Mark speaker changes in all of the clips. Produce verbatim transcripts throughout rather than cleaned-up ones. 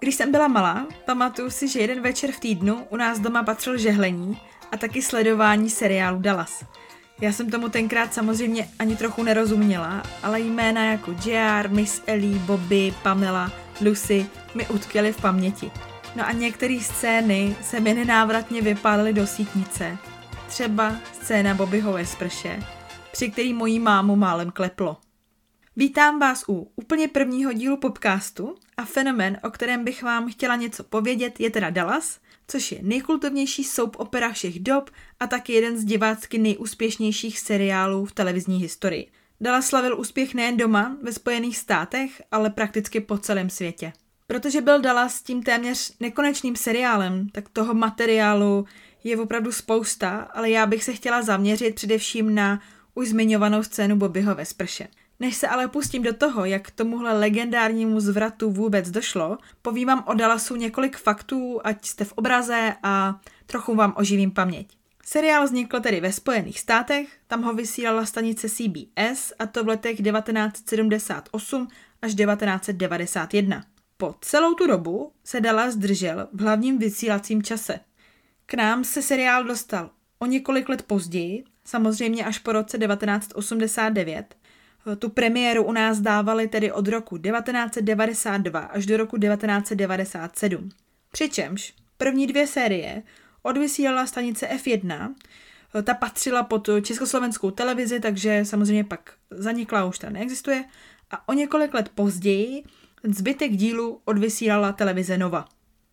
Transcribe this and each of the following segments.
Speaker 1: Když jsem byla malá, pamatuju si, že jeden večer v týdnu u nás doma patřil žehlení a taky sledování seriálu Dallas. Já jsem tomu tenkrát samozřejmě ani trochu nerozuměla, ale jména jako J R, Miss Ellie, Bobby, Pamela, Lucy mi utkvěly v paměti. No a některé scény se mi nenávratně vypálily do sítnice. Třeba scéna Bobbyho ve sprše, při který mojí mámu málem kleplo. Vítám vás u úplně prvního dílu podcastu a fenomén, o kterém bych vám chtěla něco povědět, je teda Dallas, což je nejkultovnější soap opera všech dob a taky jeden z divácky nejúspěšnějších seriálů v televizní historii. Dallas slavil úspěch nejen doma ve Spojených státech, ale prakticky po celém světě. Protože byl Dallas tím téměř nekonečným seriálem, tak toho materiálu je opravdu spousta, ale já bych se chtěla zaměřit především na už zmiňovanou scénu Bobbyho ve sprše. Než se ale pustím do toho, jak k tomuhle legendárnímu zvratu vůbec došlo, povím vám o Dallasu několik faktů, ať jste v obraze a trochu vám oživím paměť. Seriál vznikl tedy ve Spojených státech, tam ho vysílala stanice C B S a to v letech devatenáct sedmdesát osm až devatenáct devadesát jedna. Po celou tu dobu se Dallas držel v hlavním vysílacím čase. K nám se seriál dostal o několik let později, samozřejmě až po roce devatenáct osmdesát devět. Tu premiéru u nás dávali tedy od roku devatenáct devadesát dva až do roku devatenáct devadesát sedm. Přičemž první dvě série odvysílala stanice F jedna, ta patřila pod československou televizi, takže samozřejmě pak zanikla, už ta neexistuje, a o několik let později zbytek dílu odvysílala televize Nova.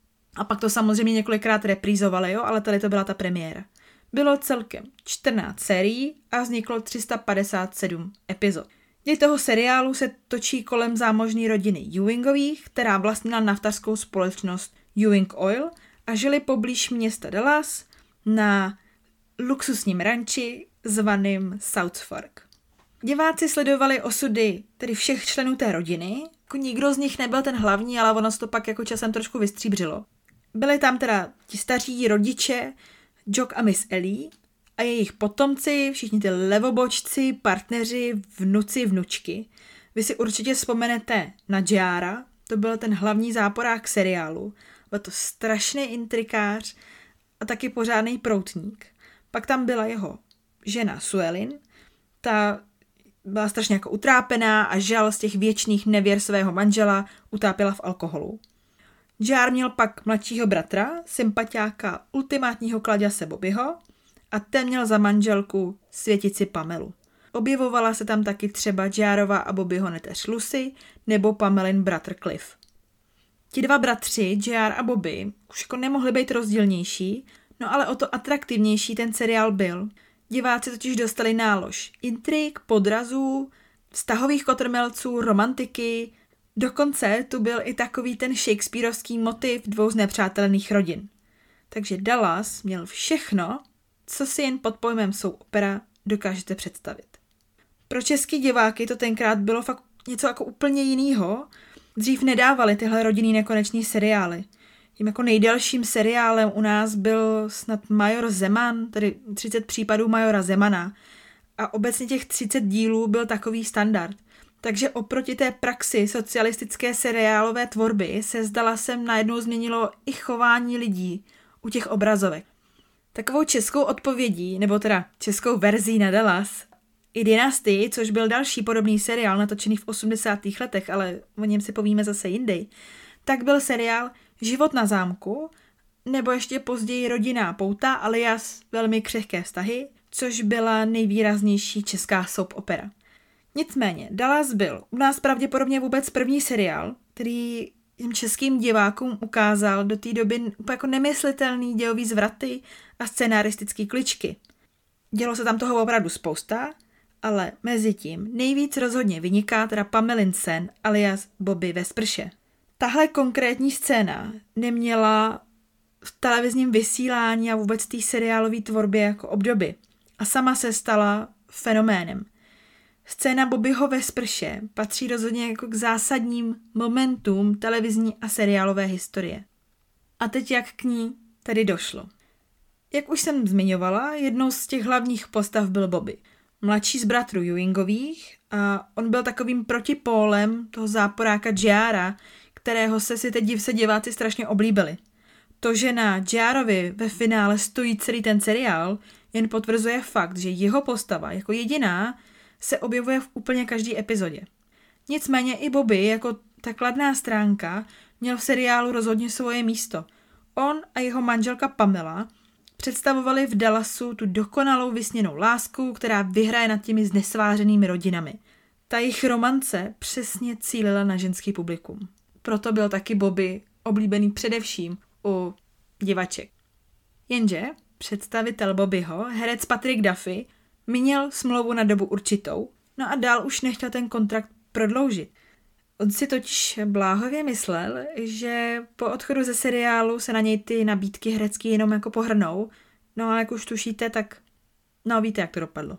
Speaker 1: A pak to samozřejmě několikrát reprízovali, jo, ale tady to byla ta premiéra. Bylo celkem čtrnáct sérií a vzniklo tři sta padesát sedm epizod. Děj toho seriálu se točí kolem zámožné rodiny Ewingových, která vlastnila naftařskou společnost Ewing Oil a žili poblíž města Dallas na luxusním ranči zvaným South Fork. Diváci sledovali osudy tedy všech členů té rodiny, jako nikdo z nich nebyl ten hlavní, ale ono se to pak jako časem trošku vystříbřilo. Byli tam teda ti staří rodiče, Jock a Miss Ellie, a jejich potomci, všichni ty levobočci, partneři, vnuci, vnučky. Vy si určitě vzpomenete na J R, to byl ten hlavní záporák seriálu. Byl to strašný intrikář a taky pořádný proutník. Pak tam byla jeho žena Suelin, ta byla strašně jako utrápená a žal z těch věčných nevěr svého manžela utápěla v alkoholu. J R měl pak mladšího bratra, sympatiáka ultimátního kladěse Bobbyho, a ten měl za manželku světici Pamelu. Objevovala se tam taky třeba J.R.ova a Bobbyho neteř Lucy nebo Pamelin bratr Cliff. Ti dva bratři, J R a Bobby, už jako nemohli být rozdílnější, no ale o to atraktivnější ten seriál byl. Diváci totiž dostali nálož intrik, podrazů, vztahových kotrmelců, romantiky, dokonce tu byl i takový ten shakespearovský motiv dvou znepřátelených rodin. Takže Dallas měl všechno, co si jen pod pojmem soap opera dokážete představit. Pro český diváky to tenkrát bylo fakt něco jako úplně jinýho. Dřív nedávali tyhle rodinný nekonečný seriály. Tím jako nejdelším seriálem u nás byl snad Major Zeman, tedy třicet případů Majora Zemana. A obecně těch třicet dílů byl takový standard. Takže oproti té praxi socialistické seriálové tvorby se s Dallasem najednou změnilo i chování lidí u těch obrazovek. Takovou českou odpovědí, nebo teda českou verzí na Dallas, i Dynasty, což byl další podobný seriál natočený v osmdesátých letech, ale o něm si povíme zase jindy, tak byl seriál Život na zámku, nebo ještě později Rodinná pouta, alias Velmi křehké vztahy, což byla nejvýraznější česká soap opera. Nicméně, Dallas byl u nás pravděpodobně vůbec první seriál, který těm českým divákům ukázal do té doby úplně jako nemyslitelný dějový zvraty a scénaristický kličky. Dělo se tam toho opravdu spousta, ale mezi tím nejvíc rozhodně vyniká teda Pamelin sen alias Bobby ve sprše. Tahle konkrétní scéna neměla v televizním vysílání a vůbec té seriálové tvorbě jako obdoby a sama se stala fenoménem. Scéna Bobbyho ve sprše patří rozhodně jako k zásadním momentům televizní a seriálové historie. A teď jak k ní tedy došlo. Jak už jsem zmiňovala, jednou z těch hlavních postav byl Bobby. Mladší z bratrů Ewingových a on byl takovým protipólem toho záporáka J R, kterého se si teď div se diváci strašně oblíbili. To, že na Jarovi ve finále stojí celý ten seriál, jen potvrzuje fakt, že jeho postava jako jediná se objevuje v úplně každé epizodě. Nicméně i Bobby jako ta kladná stránka měl v seriálu rozhodně svoje místo. On a jeho manželka Pamela představovali v Dallasu tu dokonalou vysněnou lásku, která vyhraje nad těmi znesvářenými rodinami. Ta jejich romance přesně cílila na ženský publikum. Proto byl taky Bobby oblíbený především u divaček. Jenže představitel Bobbyho, herec Patrick Duffy, měl smlouvu na dobu určitou, no a dál už nechtěl ten kontrakt prodloužit. On si totiž bláhově myslel, že po odchodu ze seriálu se na něj ty nabídky herecky jenom jako pohrnou, no ale jak už tušíte, tak no víte, jak to dopadlo.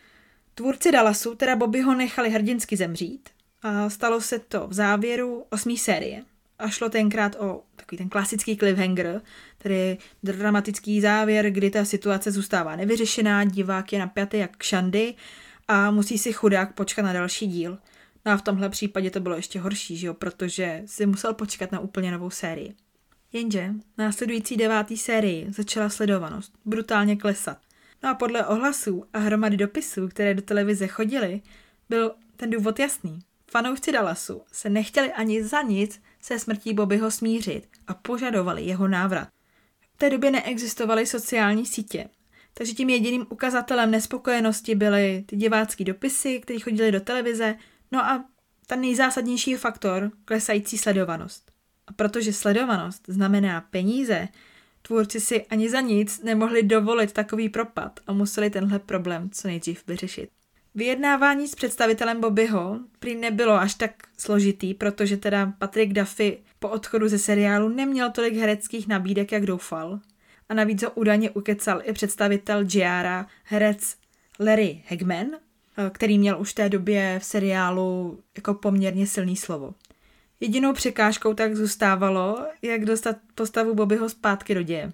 Speaker 1: Tvůrci Dallasu teda Bobbyho nechali hrdinsky zemřít a stalo se to v závěru osmé série. A šlo tenkrát o takový ten klasický cliffhanger, tedy dramatický závěr, kdy ta situace zůstává nevyřešená, divák je napjatý jak kšandy a musí si chudák počkat na další díl. No a v tomhle případě to bylo ještě horší, že jo, protože si musel počkat na úplně novou sérii. Jenže následující devátý sérii začala sledovanost brutálně klesat. No a podle ohlasů a hromady dopisů, které do televize chodily, byl ten důvod jasný. Fanoušci Dallasu se nechtěli ani za nic se smrtí Bobbyho smířit a požadovali jeho návrat. V té době neexistovaly sociální sítě, takže tím jediným ukazatelem nespokojenosti byly ty divácký dopisy, které chodily do televize, no a ten nejzásadnější faktor, klesající sledovanost. A protože sledovanost znamená peníze, tvůrci si ani za nic nemohli dovolit takový propad a museli tenhle problém co nejdřív vyřešit. Vyjednávání s představitelem Bobbyho prý nebylo až tak složitý, protože teda Patrick Duffy po odchodu ze seriálu neměl tolik hereckých nabídek, jak doufal. A navíc ho údajně ukecal i představitel Jara, herec Larry Hagman, který měl už v té době v seriálu jako poměrně silný slovo. Jedinou překážkou tak zůstávalo, jak dostat postavu Bobbyho zpátky do děje.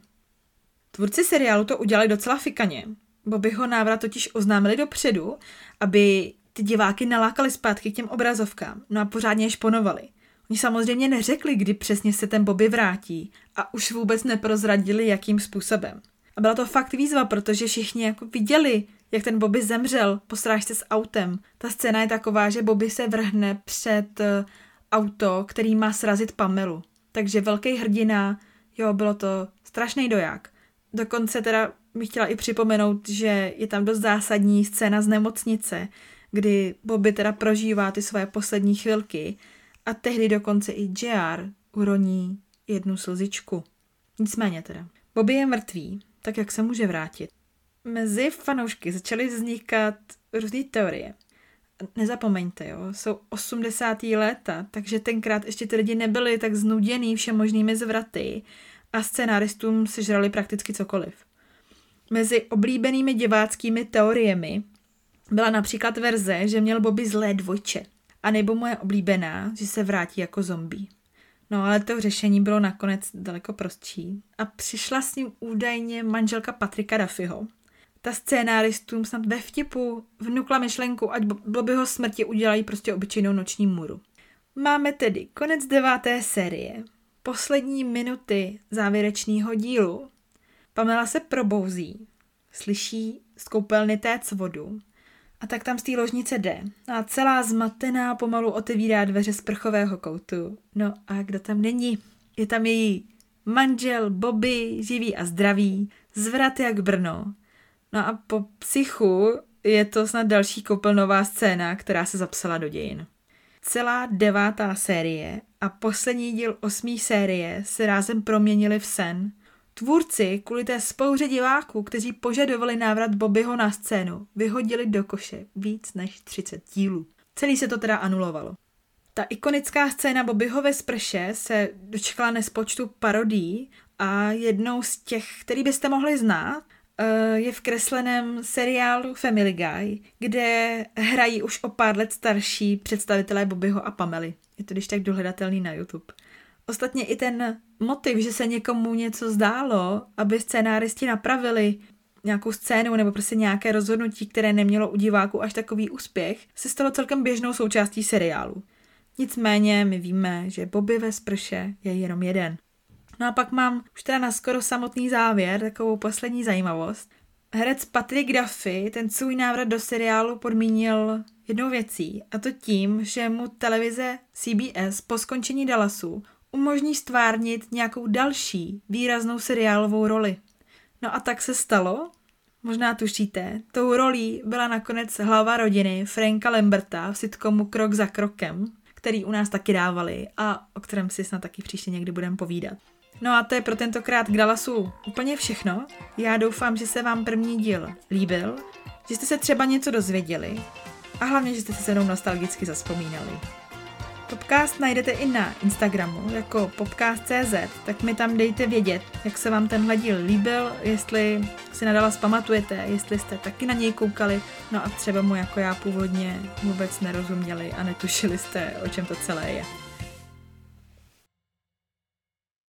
Speaker 1: Tvůrci seriálu to udělali docela fikaně. Bobbyho návrat totiž oznámili dopředu, aby ty diváky nalákali zpátky k těm obrazovkám, no a pořádně je šponovali. Oni samozřejmě neřekli, kdy přesně se ten Bobby vrátí a už vůbec neprozradili, jakým způsobem. A byla to fakt výzva, protože všichni jako viděli, jak ten Bobby zemřel po srážce s autem. Ta scéna je taková, že Bobby se vrhne před auto, který má srazit Pamelu. Takže velký hrdina, jo, bylo to strašný doják. Dokonce teda bych chtěla i připomenout, že je tam dost zásadní scéna z nemocnice, kdy Bobby teda prožívá ty svoje poslední chvilky a tehdy dokonce i J R uroní jednu slzičku. Nicméně teda. Bobby je mrtvý, tak jak se může vrátit? Mezi fanoušky začaly vznikat různé teorie. Nezapomeňte, jo, jsou osmdesátá léta, takže tenkrát ještě ty lidi nebyli tak znuděný všemožnými zvraty a scénáristům sežrali prakticky cokoliv. Mezi oblíbenými diváckými teoriemi byla například verze, že měl Bobby zlé dvojče, a nebo moje oblíbená, že se vrátí jako zombie. No ale to řešení bylo nakonec daleko prostší a přišla s ním údajně manželka Patricka Duffyho. Ta scénáristům snad ve vtipu vnukla myšlenku, ať Bobbyho smrti udělají prostě obyčejnou noční můru. Máme tedy konec deváté série, poslední minuty závěrečného dílu. Pamela se probouzí, slyší z koupelny téct vodu a tak tam z té ložnice jde. A celá zmatená pomalu otevírá dveře sprchového koutu. No a kdo tam není? Je tam její manžel Bobby, živý a zdravý, zvrat jak Brno. No a po psychu je to snad další koupelnová scéna, která se zapsala do dějin. Celá devátá série a poslední díl osmé série se rázem proměnili v sen. Tvůrci kvůli té spouře diváků, kteří požadovali návrat Bobbyho na scénu, vyhodili do koše víc než třicet dílů. Celý se to teda anulovalo. Ta ikonická scéna Bobbyho ve sprše se dočkala nespočtu parodií a jednou z těch, který byste mohli znát, je v kresleném seriálu Family Guy, kde hrají už o pár let starší představitelé Bobbyho a Pamely. Je to když tak dohledatelný na YouTube. Ostatně i ten motiv, že se někomu něco zdálo, aby scénáristi napravili nějakou scénu nebo prostě nějaké rozhodnutí, které nemělo u diváků až takový úspěch, se stalo celkem běžnou součástí seriálu. Nicméně my víme, že Bobby ve sprše je jenom jeden. No a pak mám už teda na skoro samotný závěr takovou poslední zajímavost. Herec Patrick Duffy ten svůj návrat do seriálu podmínil jednou věcí, a to tím, že mu televize C B S po skončení Dallasu umožní stvárnit nějakou další výraznou seriálovou roli. No a tak se stalo, možná tušíte, tou rolí byla nakonec hlava rodiny Franka Lamberta v sitcomu Krok za krokem, který u nás taky dávali a o kterém si snad taky příště někdy budeme povídat. No a to je pro tentokrát k Dallasu úplně všechno. Já doufám, že se vám první díl líbil, že jste se třeba něco dozvěděli a hlavně, že jste se se mnou nostalgicky zavzpomínali. Popcast najdete i na Instagramu jako popcast tečka cé zet, tak mi tam dejte vědět, jak se vám tenhle díl líbil, jestli si na Dallas pamatujete, jestli jste taky na něj koukali, no a třeba mu jako já původně vůbec nerozuměli a netušili jste, o čem to celé je.